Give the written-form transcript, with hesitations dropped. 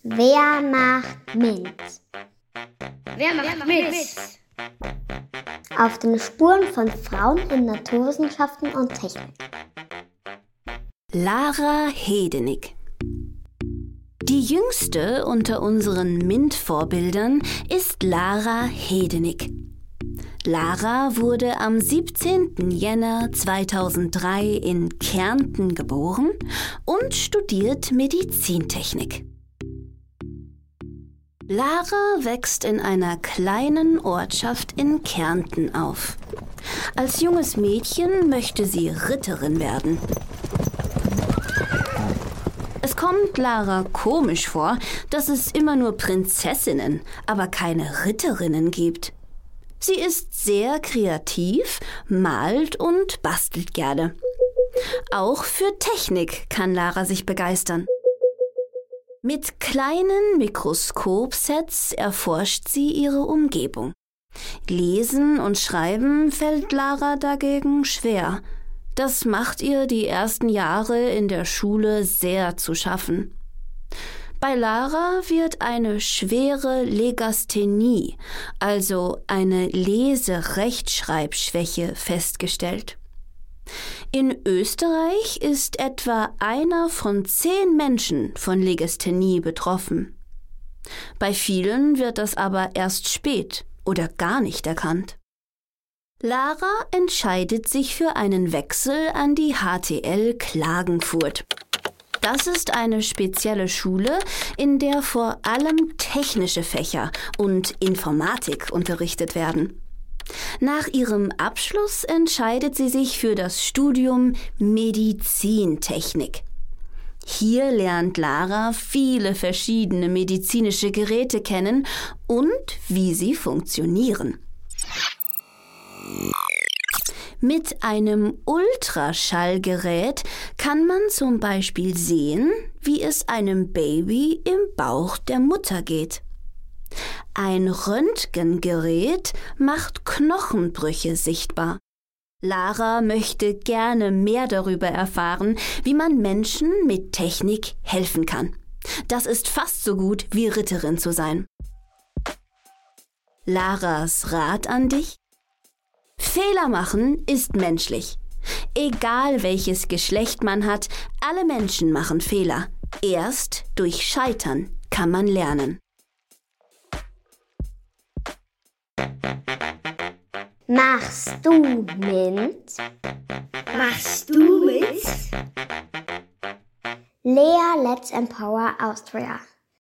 Wer macht mit? Wer macht mit? Auf den Spuren von Frauen in Naturwissenschaften und Technik. Lara Hedenig. Die jüngste unter unseren MINT-Vorbildern ist Lara Hedenig. Lara wurde am 17. Jänner 2003 in Kärnten geboren und studiert Medizintechnik. Lara wächst in einer kleinen Ortschaft in Kärnten auf. Als junges Mädchen möchte sie Ritterin werden. Es kommt Lara komisch vor, dass es immer nur Prinzessinnen, aber keine Ritterinnen gibt. Sie ist sehr kreativ, malt und bastelt gerne. Auch für Technik kann Lara sich begeistern. Mit kleinen Mikroskopsets erforscht sie ihre Umgebung. Lesen und Schreiben fällt Lara dagegen schwer. Das macht ihr die ersten Jahre in der Schule sehr zu schaffen. Bei Lara wird eine schwere Legasthenie, also eine Lese-Rechtschreibschwäche, festgestellt. In Österreich ist etwa 1 von 10 Menschen von Legasthenie betroffen. Bei vielen wird das aber erst spät oder gar nicht erkannt. Lara entscheidet sich für einen Wechsel an die HTL Klagenfurt. Das ist eine spezielle Schule, in der vor allem technische Fächer und Informatik unterrichtet werden. Nach ihrem Abschluss entscheidet sie sich für das Studium Medizintechnik. Hier lernt Lara viele verschiedene medizinische Geräte kennen und wie sie funktionieren. Mit einem Ultraschallgerät kann man zum Beispiel sehen, wie es einem Baby im Bauch der Mutter geht. Ein Röntgengerät macht Knochenbrüche sichtbar. Lara möchte gerne mehr darüber erfahren, wie man Menschen mit Technik helfen kann. Das ist fast so gut wie Ritterin zu sein. Laras Rat an dich? Fehler machen ist menschlich. Egal welches Geschlecht man hat, alle Menschen machen Fehler. Erst durch Scheitern kann man lernen. Machst du mit? Machst du mit? Lea Let's Empower Austria.